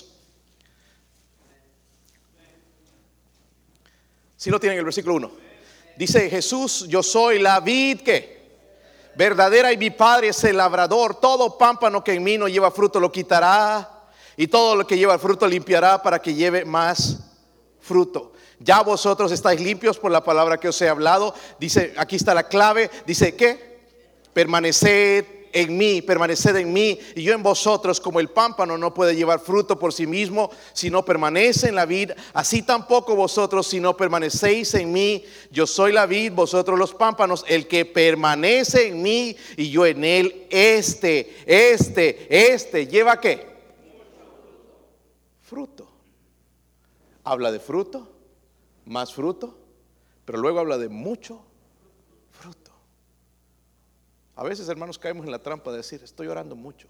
Si no tienen el versículo uno. Dice Jesús: yo soy la vid que verdadera y mi Padre es el labrador. Todo pámpano que en mí no lleva fruto lo quitará, y todo lo que lleva fruto limpiará para que lleve más fruto. Ya vosotros estáis limpios por la palabra que os he hablado. Dice, aquí está la clave. Dice que permaneced en mí, permaneced en mí y yo en vosotros. Como el pámpano no puede llevar fruto por sí mismo si no permanece en la vid, así tampoco vosotros si no permanecéis en mí. Yo soy la vid, vosotros los pámpanos. El que permanece en mí y yo en él, este, este, este lleva ¿qué? Fruto. Habla de fruto, más fruto, pero luego habla de mucho fruto. A veces, hermanos, caemos en la trampa de decir: estoy orando mucho.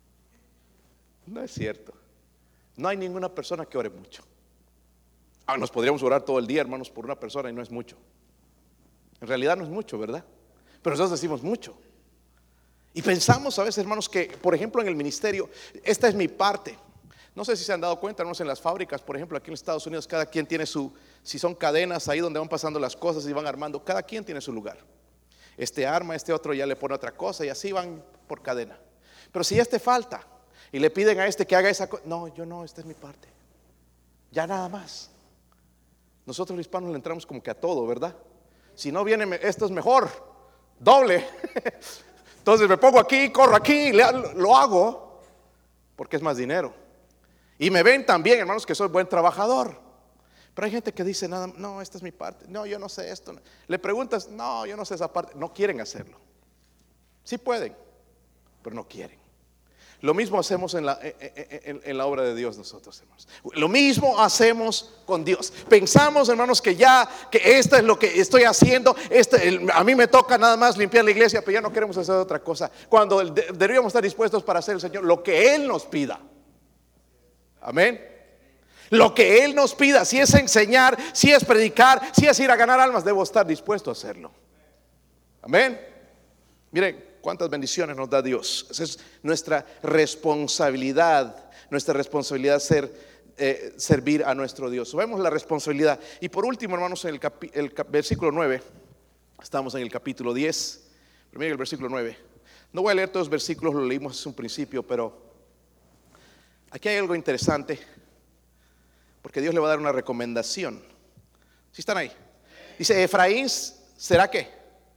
No es cierto. No hay ninguna persona que ore mucho. Ah, nos podríamos orar todo el día, hermanos, por una persona, y no es mucho. En realidad no es mucho, ¿verdad? Pero nosotros decimos mucho. Y pensamos a veces, hermanos, que por ejemplo en el ministerio, esta es mi parte. No sé si se han dado cuenta, hermanos, en las fábricas, por ejemplo aquí en Estados Unidos, cada quien tiene su, si son cadenas ahí donde van pasando las cosas y van armando, cada quien tiene su lugar. Este arma, este otro ya le pone otra cosa y así van por cadena. Pero si este falta y le piden a este que haga esa cosa, no, yo no, esta es mi parte. Ya nada más. Nosotros los hispanos le entramos como que a todo, ¿verdad? Si no viene, esto es mejor, doble. Entonces me pongo aquí, corro aquí, lo hago porque es más dinero. Y me ven también, hermanos, que soy buen trabajador. Pero hay gente que dice: nada, no, esta es mi parte. No, yo no sé esto. Le preguntas: no, yo no sé esa parte. No quieren hacerlo. Sí pueden, pero no quieren. Lo mismo hacemos en la, en, en la obra de Dios nosotros, hermanos. Lo mismo hacemos con Dios. Pensamos, hermanos, que ya, que esto es lo que estoy haciendo. Este, el, a mí me toca nada más limpiar la iglesia, pero ya no queremos hacer otra cosa. Cuando de, deberíamos estar dispuestos para hacer el Señor lo que Él nos pida. Amén. Lo que Él nos pida, si es enseñar, si es predicar, si es ir a ganar almas, debo estar dispuesto a hacerlo. Amén. Miren cuántas bendiciones nos da Dios. Esa es nuestra responsabilidad. Nuestra responsabilidad ser, eh, servir a nuestro Dios. Vemos la responsabilidad. Y por último, hermanos, en el, capi, el cap, versículo nueve. Estamos en el capítulo diez. Pero miren el versículo nueve. No voy a leer todos los versículos, lo leímos hace un principio, pero aquí hay algo interesante. Porque Dios le va a dar una recomendación. ¿Sí están ahí? Dice: Efraín será qué.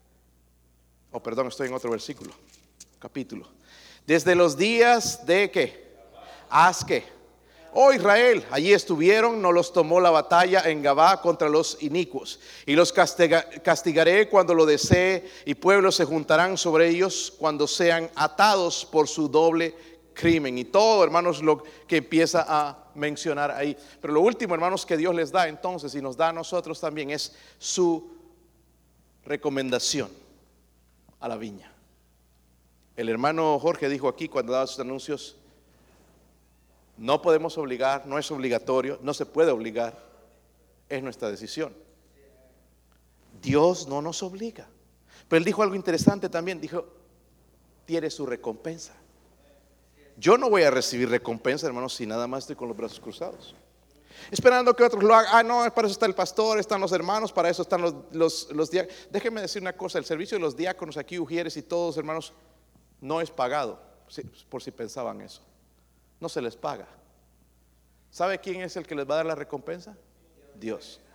Oh, perdón, estoy en otro versículo, capítulo. Desde los días de qué. Haz qué. Oh Israel, allí estuvieron, no los tomó la batalla en Gabá contra los inicuos. Y los castiga, castigaré cuando lo desee, y pueblos se juntarán sobre ellos cuando sean atados por su doble crimen. Y todo, hermanos, lo que empieza a mencionar ahí. Pero lo último, hermanos, que Dios les da entonces y nos da a nosotros también es su recomendación a la viña. El hermano Jorge dijo aquí cuando daba sus anuncios: no podemos obligar, no es obligatorio, no se puede obligar, es nuestra decisión. Dios no nos obliga. Pero él dijo algo interesante también, dijo: tiene su recompensa. Yo no voy a recibir recompensa, hermanos, si nada más estoy con los brazos cruzados, esperando que otros lo hagan. Ah, no, para eso está el pastor, están los hermanos, para eso están los, los, los diáconos. Déjenme decir una cosa: el servicio de los diáconos aquí, Ujieres y todos, hermanos, no es pagado, por si pensaban eso. No se les paga. ¿Sabe quién es el que les va a dar la recompensa? Dios.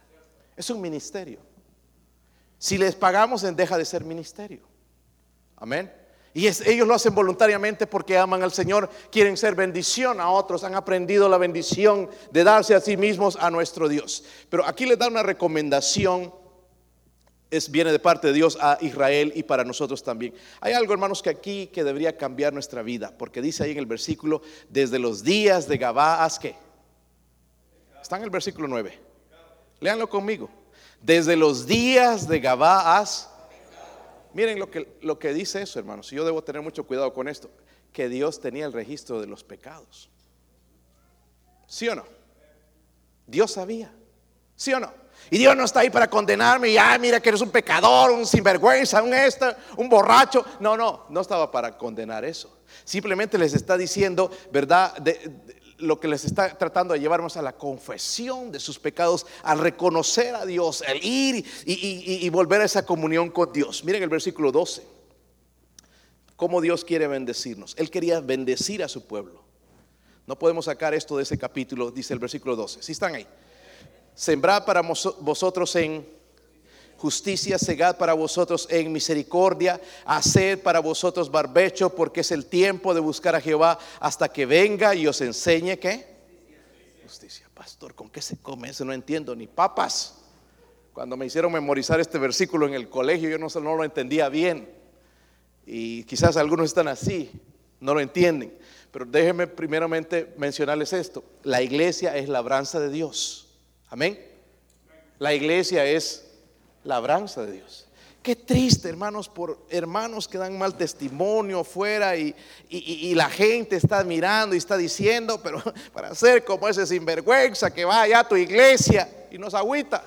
Es un ministerio. Si les pagamos, deja de ser ministerio. Amén. Y es, ellos lo hacen voluntariamente porque aman al Señor, quieren ser bendición a otros, han aprendido la bendición de darse a sí mismos a nuestro Dios. Pero aquí les da una recomendación, es, viene de parte de Dios a Israel y para nosotros también. Hay algo, hermanos, que aquí que debería cambiar nuestra vida, porque dice ahí en el versículo, desde los días de Gabá, ¿haz qué? Está en el versículo nueve. Léanlo conmigo. Desde los días de Gabá, haz. Miren lo que, lo que dice eso, hermanos. Y yo debo tener mucho cuidado con esto. Que Dios tenía el registro de los pecados. ¿Sí o no? Dios sabía. ¿Sí o no? Y Dios no está ahí para condenarme y, ah, mira que eres un pecador, un sinvergüenza, un esto, un borracho. No, no, no estaba para condenar eso. Simplemente les está diciendo, ¿verdad? De, de, lo que les está tratando de llevarnos a la confesión de sus pecados, al reconocer a Dios, al ir y, y, y volver a esa comunión con Dios. Miren el versículo doce, cómo Dios quiere bendecirnos. Él quería bendecir a su pueblo. No podemos sacar esto de ese capítulo, dice el versículo doce. ¿Sí están ahí? Sembrad para vosotros en justicia, segad para vosotros en misericordia, haced para vosotros barbecho, porque es el tiempo de buscar a Jehová hasta que venga y os enseñe ¿qué? Justicia. Pastor, ¿con qué se come eso? No entiendo, ni papas. Cuando me hicieron memorizar este versículo en el colegio, yo no, no lo entendía bien. Y quizás algunos están así, no lo entienden. Pero déjenme primeramente mencionarles esto. La iglesia es labranza de Dios. Amén. La iglesia es labranza de Dios. Qué triste, hermanos, por hermanos que dan mal testimonio fuera y, y, y la gente está mirando y está diciendo, pero para ser como ese sinvergüenza que va allá a tu iglesia y nos agüita.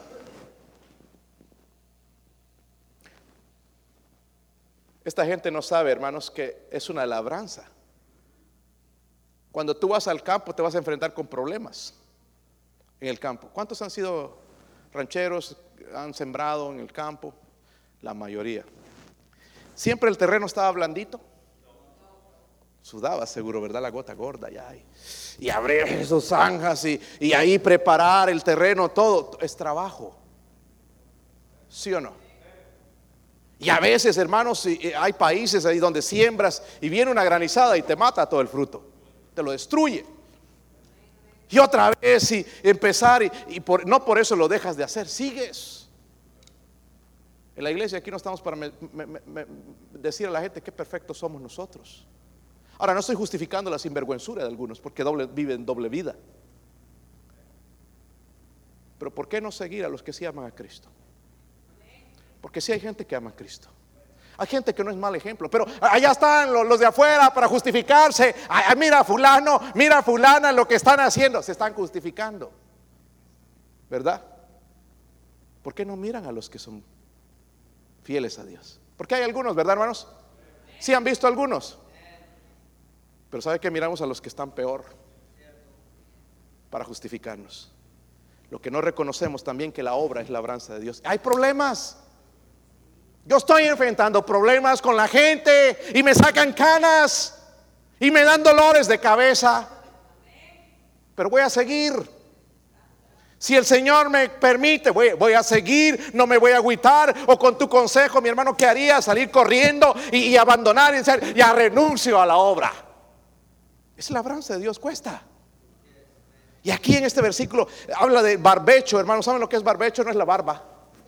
Esta gente no sabe, hermanos, que es una labranza. Cuando tú vas al campo te vas a enfrentar con problemas en el campo. ¿Cuántos han sido rancheros, han sembrado en el campo? La mayoría. Siempre el terreno estaba blandito. Sudaba seguro, ¿verdad? La gota gorda ya. Y, y abrir esos zanjas y, y ahí preparar el terreno, todo es trabajo. ¿Sí o no? Y a veces, hermanos, hay países ahí donde siembras y viene una granizada y te mata todo el fruto, te lo destruye. Y otra vez y empezar y, y por, no por eso lo dejas de hacer, sigues. En la iglesia aquí no estamos para me, me, me, decir a la gente qué perfectos somos nosotros. Ahora no estoy justificando la sinvergüenzura de algunos porque doble, viven doble vida. Pero ¿por qué no seguir a los que sí aman a Cristo? Porque sí hay gente que ama a Cristo. Hay gente que no es mal ejemplo, pero allá están los, los de afuera para justificarse. Ay, mira fulano, mira fulana lo que están haciendo. Se están justificando, ¿verdad? ¿Por qué no miran a los que son fieles a Dios? Porque hay algunos, ¿verdad, hermanos? Sí han visto algunos. Pero ¿sabe que miramos a los que están peor para justificarnos? Lo que no reconocemos también que la obra es labranza de Dios. Hay problemas. Yo estoy enfrentando problemas con la gente y me sacan canas y me dan dolores de cabeza. Pero voy a seguir. Si el Señor me permite, voy, voy a seguir, no me voy a agüitar. O con tu consejo, mi hermano, ¿qué haría? Salir corriendo y, y abandonar y decir, ya renuncio a la obra. Es labranza de Dios, cuesta. Y aquí en este versículo habla de barbecho, hermanos. ¿Saben lo que es barbecho? No es la barba.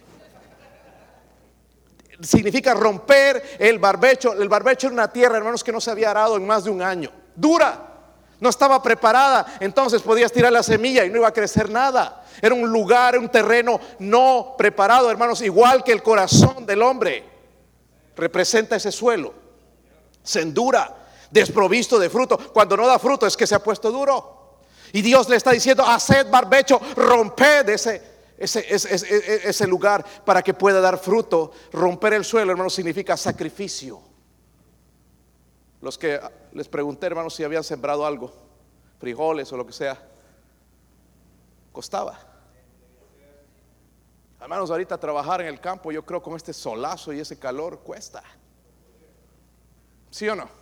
Significa romper el barbecho. El barbecho era una tierra, hermanos, que no se había arado en más de un año. Dura. No estaba preparada, entonces podías tirar la semilla y no iba a crecer nada. Era un lugar, un terreno no preparado, hermanos, igual que el corazón del hombre. Representa ese suelo. Se endura, desprovisto de fruto. Cuando no da fruto es que se ha puesto duro. Y Dios le está diciendo, haced barbecho, romped ese Ese, ese, ese, ese lugar para que pueda dar fruto. Romper el suelo, hermanos, significa sacrificio. Los que les pregunté, hermanos, si habían sembrado algo, frijoles o lo que sea, costaba. Hermanos, ahorita trabajar en el campo, yo creo con este solazo y ese calor cuesta. ¿Sí o no?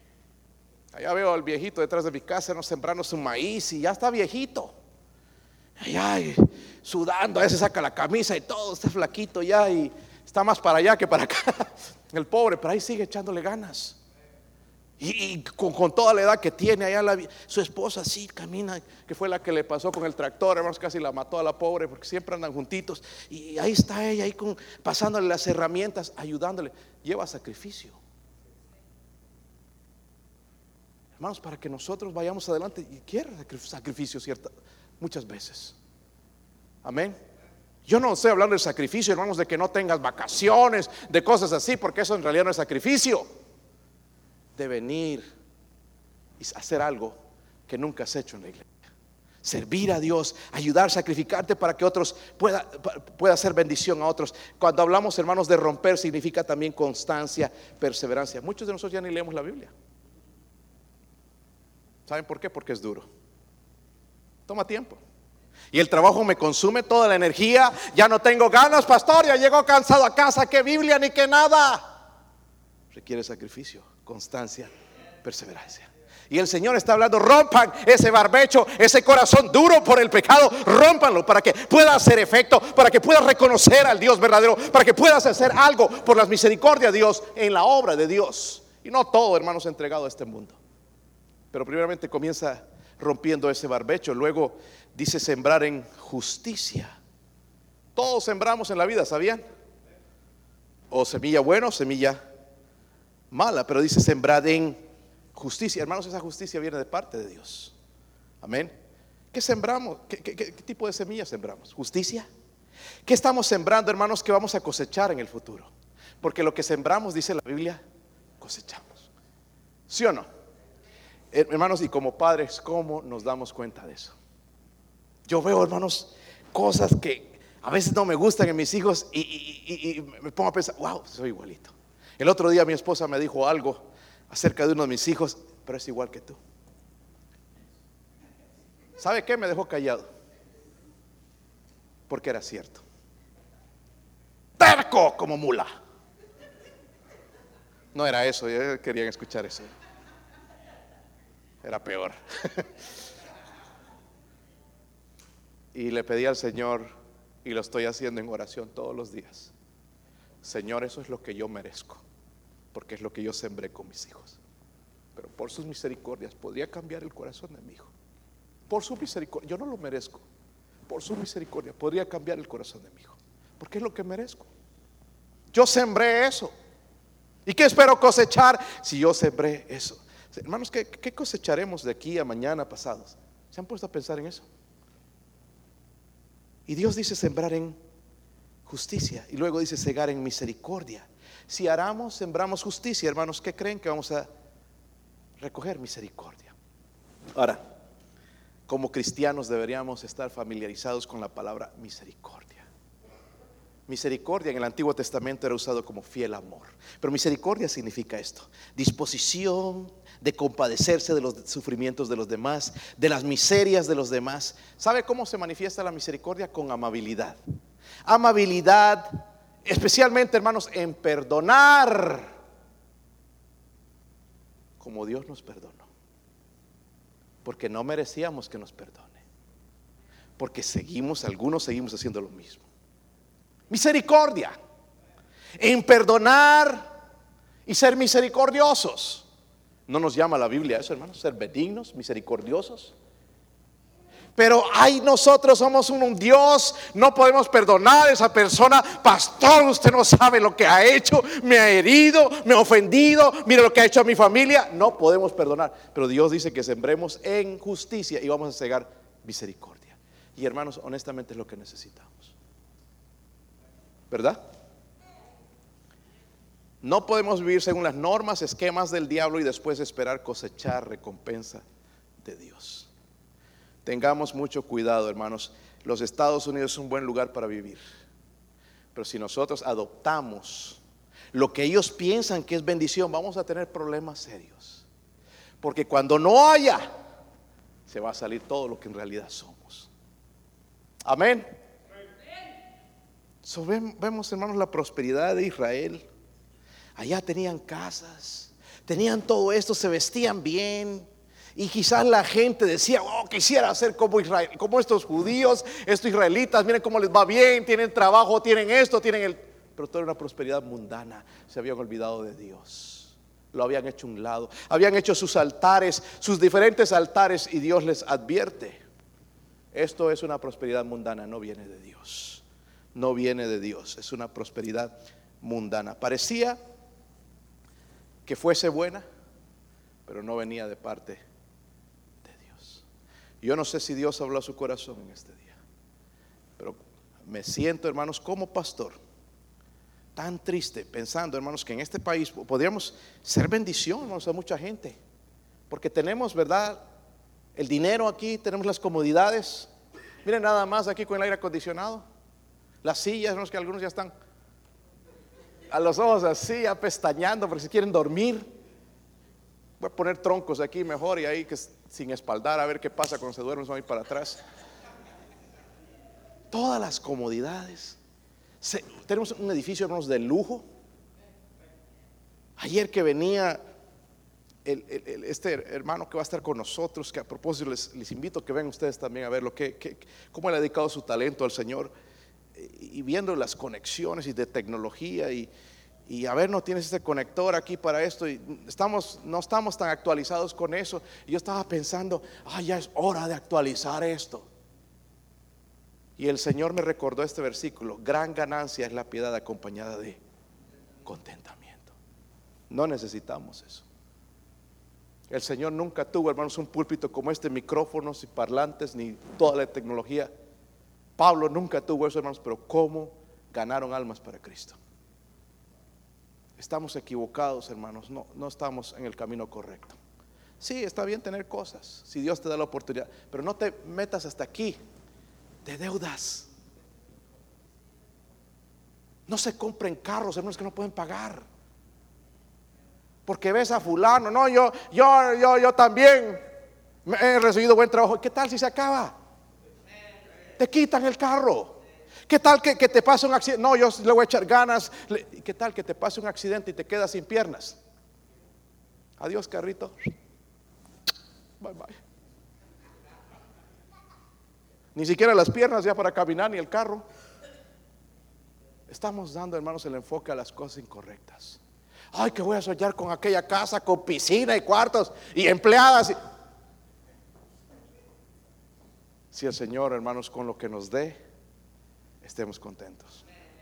Allá veo al viejito detrás de mi casa, no sembrando su maíz y ya está viejito. Allá, y sudando, a veces saca la camisa y todo, está flaquito ya y está más para allá que para acá. El pobre, pero ahí sigue echándole ganas. Y, y con, con toda la edad que tiene allá, la, su esposa sí camina, que fue la que le pasó con el tractor, hermanos, casi la mató a la pobre, porque siempre andan juntitos. Y ahí está ella, ahí con, pasándole las herramientas, ayudándole. Lleva sacrificio, hermanos, para que nosotros vayamos adelante. Y quiere sacrificio, cierta, muchas veces. Amén. Yo no estoy hablando de sacrificio, hermanos, de que no tengas vacaciones, de cosas así, porque eso en realidad no es sacrificio. De venir y hacer algo que nunca has hecho en la iglesia. Servir a Dios, ayudar, sacrificarte para que otros pueda, pueda hacer bendición a otros. Cuando hablamos, hermanos, de romper, significa también constancia, perseverancia. Muchos de nosotros ya ni leemos la Biblia. ¿Saben por qué? Porque es duro. Toma tiempo. Y el trabajo me consume toda la energía. Ya no tengo ganas, pastor, ya llego cansado a casa. Que Biblia ni que nada. Requiere sacrificio, constancia, perseverancia. Y el Señor está hablando: rompan ese barbecho, ese corazón duro por el pecado. Rómpanlo para que pueda hacer efecto, para que puedas reconocer al Dios verdadero, para que puedas hacer algo por las misericordias de Dios en la obra de Dios. Y no todo, hermanos, entregado a este mundo. Pero primeramente comienza rompiendo ese barbecho. Luego dice sembrar en justicia. Todos sembramos en la vida, ¿sabían? O semilla buena o semilla mala, pero dice sembrar en justicia. Hermanos, esa justicia viene de parte de Dios. Amén. ¿Qué sembramos? ¿Qué, qué, qué tipo de semilla sembramos? ¿Justicia? ¿Qué estamos sembrando, hermanos, que vamos a cosechar en el futuro? Porque lo que sembramos, dice la Biblia, cosechamos. ¿Sí o no? Hermanos, y como padres, ¿cómo nos damos cuenta de eso? Yo veo, hermanos, cosas que a veces no me gustan en mis hijos y, y, y, y me pongo a pensar: wow, soy igualito. El otro día mi esposa me dijo algo acerca de uno de mis hijos, pero es igual que tú. ¿Sabe qué? Me dejó callado, porque era cierto. Terco como mula. No era eso, yo querían escuchar eso. Era peor. Y le pedí al Señor, y lo estoy haciendo en oración todos los días: Señor, eso es lo que yo merezco, porque es lo que yo sembré con mis hijos. Pero por sus misericordias podría cambiar el corazón de mi hijo. Por su misericordia, yo no lo merezco. Por su misericordia podría cambiar el corazón de mi hijo, porque es lo que merezco. Yo sembré eso. ¿Y qué espero cosechar si yo sembré eso? Hermanos, ¿qué, qué cosecharemos de aquí a mañana pasados? ¿Se han puesto a pensar en eso? Y Dios dice sembrar en justicia, y luego dice segar en misericordia. Si aramos, sembramos justicia, hermanos, ¿qué creen que vamos a recoger? Misericordia. Ahora, como cristianos deberíamos estar familiarizados con la palabra misericordia. Misericordia en el Antiguo Testamento era usado como fiel amor, pero misericordia significa esto: disposición de compadecerse de los sufrimientos de los demás, de las miserias de los demás. ¿Sabe cómo se manifiesta la misericordia? Con amabilidad. Amabilidad, especialmente, hermanos, en perdonar como Dios nos perdonó, porque no merecíamos que nos perdone, porque seguimos, algunos seguimos haciendo lo mismo. Misericordia en perdonar y ser misericordiosos. No nos llama la Biblia eso, hermanos, ser benignos, misericordiosos. Pero ay, nosotros somos un, un Dios, no podemos perdonar a esa persona. Pastor, usted no sabe lo que ha hecho, me ha herido, me ha ofendido, mire lo que ha hecho a mi familia. No podemos perdonar, pero Dios dice que sembremos en justicia y vamos a cegar misericordia. Y hermanos, honestamente es lo que necesitamos, ¿verdad? No podemos vivir según las normas, esquemas del diablo y después esperar cosechar recompensa de Dios. Tengamos mucho cuidado, hermanos. Los Estados Unidos es un buen lugar para vivir, pero si nosotros adoptamos lo que ellos piensan que es bendición, vamos a tener problemas serios, porque cuando no haya, se va a salir todo lo que en realidad somos. Amén. So, vemos, hermanos, la prosperidad de Israel. Allá tenían casas, tenían todo esto, se vestían bien. Y quizás la gente decía, oh, quisiera ser como Israel, como estos judíos, estos israelitas, miren cómo les va bien, tienen trabajo, tienen esto, tienen el... Pero toda una prosperidad mundana. Se habían olvidado de Dios. Lo habían hecho a un lado. Habían hecho sus altares, sus diferentes altares, y Dios les advierte: esto es una prosperidad mundana, no viene de Dios. No viene de Dios, es una prosperidad mundana. Parecía que fuese buena, pero no venía de parte de Dios. Yo no sé si Dios habló a su corazón en este día, pero me siento, hermanos, como pastor, tan triste pensando, hermanos, que en este país podríamos ser bendición, hermanos, a mucha gente, porque tenemos, ¿verdad?, el dinero aquí, tenemos las comodidades. Miren nada más aquí con el aire acondicionado, las sillas, hermanos, que algunos ya están a los ojos así, apestañando porque si quieren dormir. Voy a poner troncos aquí mejor y ahí que sin espaldar, a ver qué pasa cuando se duermen, se van a ir para atrás. Todas las comodidades. Se, tenemos un edificio, hermanos, de lujo. Ayer que venía el, el, el, este hermano que va a estar con nosotros, que a propósito les, les invito a que vengan ustedes también a ver lo que, que, cómo él ha dedicado su talento al Señor, y viendo las conexiones y de tecnología, y, y a ver, no tienes este conector aquí para esto, y estamos, no estamos tan actualizados con eso. Y yo estaba pensando, ah, ya es hora de actualizar esto. Y el Señor me recordó este versículo: gran ganancia es la piedad acompañada de contentamiento. No necesitamos eso. El Señor nunca tuvo, hermanos, un púlpito como este, micrófonos y parlantes, ni toda la tecnología. Pablo nunca tuvo eso, hermanos, pero ¿cómo ganaron almas para Cristo? Estamos equivocados, hermanos, no, no estamos en el camino correcto. Sí, está bien tener cosas, si Dios te da la oportunidad, pero no te metas hasta aquí de deudas. No se compren carros, hermanos, que no pueden pagar, porque ves a fulano. No, yo, yo, yo, yo también he recibido buen trabajo. ¿Qué tal si se acaba? Te quitan el carro. ¿Qué tal que, que te pase un accidente? No, yo le voy a echar ganas. ¿Qué tal que te pase un accidente y te quedas sin piernas? Adiós, carrito. Bye bye. Ni siquiera las piernas ya para caminar, ni el carro. Estamos dando, hermanos, el enfoque a las cosas incorrectas. Ay, que voy a soñar con aquella casa con piscina y cuartos y empleadas. Si el Señor, hermanos, con lo que nos dé, estemos contentos.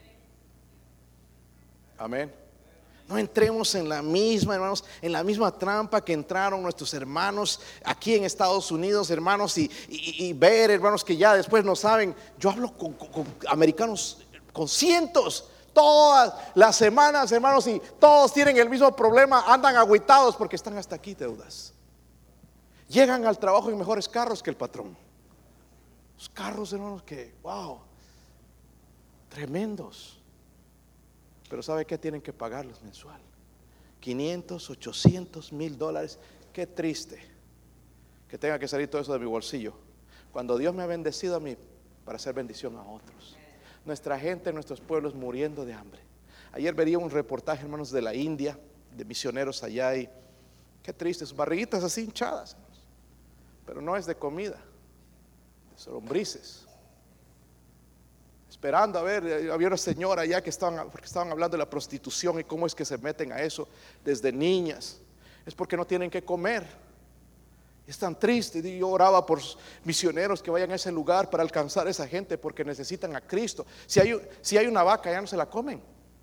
Amén. No entremos en la misma, hermanos, en la misma trampa que entraron nuestros hermanos aquí en Estados Unidos, hermanos, y, y, y ver, hermanos, que ya después no saben. Yo hablo con, con, con americanos, con cientos, todas las semanas, hermanos, y todos tienen el mismo problema. Andan agüitados porque están hasta aquí deudas. Llegan al trabajo en mejores carros que el patrón. Los carros, hermanos, que wow, tremendos. Pero ¿sabe qué tienen que pagarlos mensual? quinientos, ochocientos mil dólares. Qué triste que tenga que salir todo eso de mi bolsillo, cuando Dios me ha bendecido a mí para hacer bendición a otros. Nuestra gente, nuestros pueblos muriendo de hambre. Ayer veía un reportaje, hermanos, de la India, de misioneros allá, y qué triste, sus barriguitas así hinchadas, hermanos. Pero no es de comida, de lombrices. Esperando a ver, había una señora allá que estaban, porque estaban hablando de la prostitución y cómo es que se meten a eso desde niñas. Es porque no tienen que comer. Es tan triste. Y yo oraba por misioneros que vayan a ese lugar para alcanzar a esa gente, porque necesitan a Cristo. Si hay, si hay una vaca, ya no se la comen.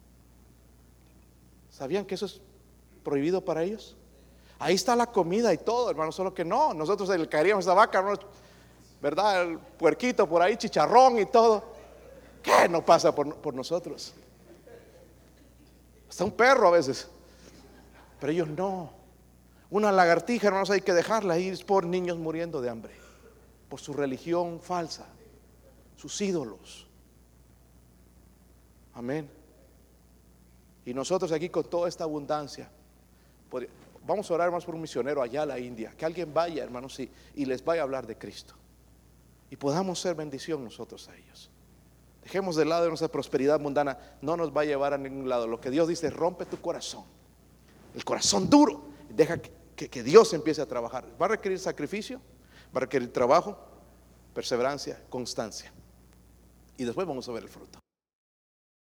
¿Sabían que eso es prohibido para ellos? Ahí está la comida y todo, hermano, solo que no. Nosotros le caeríamos a esa vaca, hermano, ¿verdad? El puerquito por ahí, chicharrón y todo. ¿Qué no pasa por, por nosotros? Hasta un perro a veces. Pero ellos no. Una lagartija, hermanos, hay que dejarla ir. Es por niños muriendo de hambre, por su religión falsa, sus ídolos. Amén. Y nosotros aquí con toda esta abundancia, vamos a orar más por un misionero allá a la India. Que alguien vaya, hermanos, y, y les vaya a hablar de Cristo, y podamos ser bendición nosotros a ellos. Dejemos de lado de nuestra prosperidad mundana. No nos va a llevar a ningún lado. Lo que Dios dice: rompe tu corazón, el corazón duro, deja que, que, que Dios empiece a trabajar. Va a requerir sacrificio, va a requerir trabajo, perseverancia, constancia. Y después vamos a ver el fruto.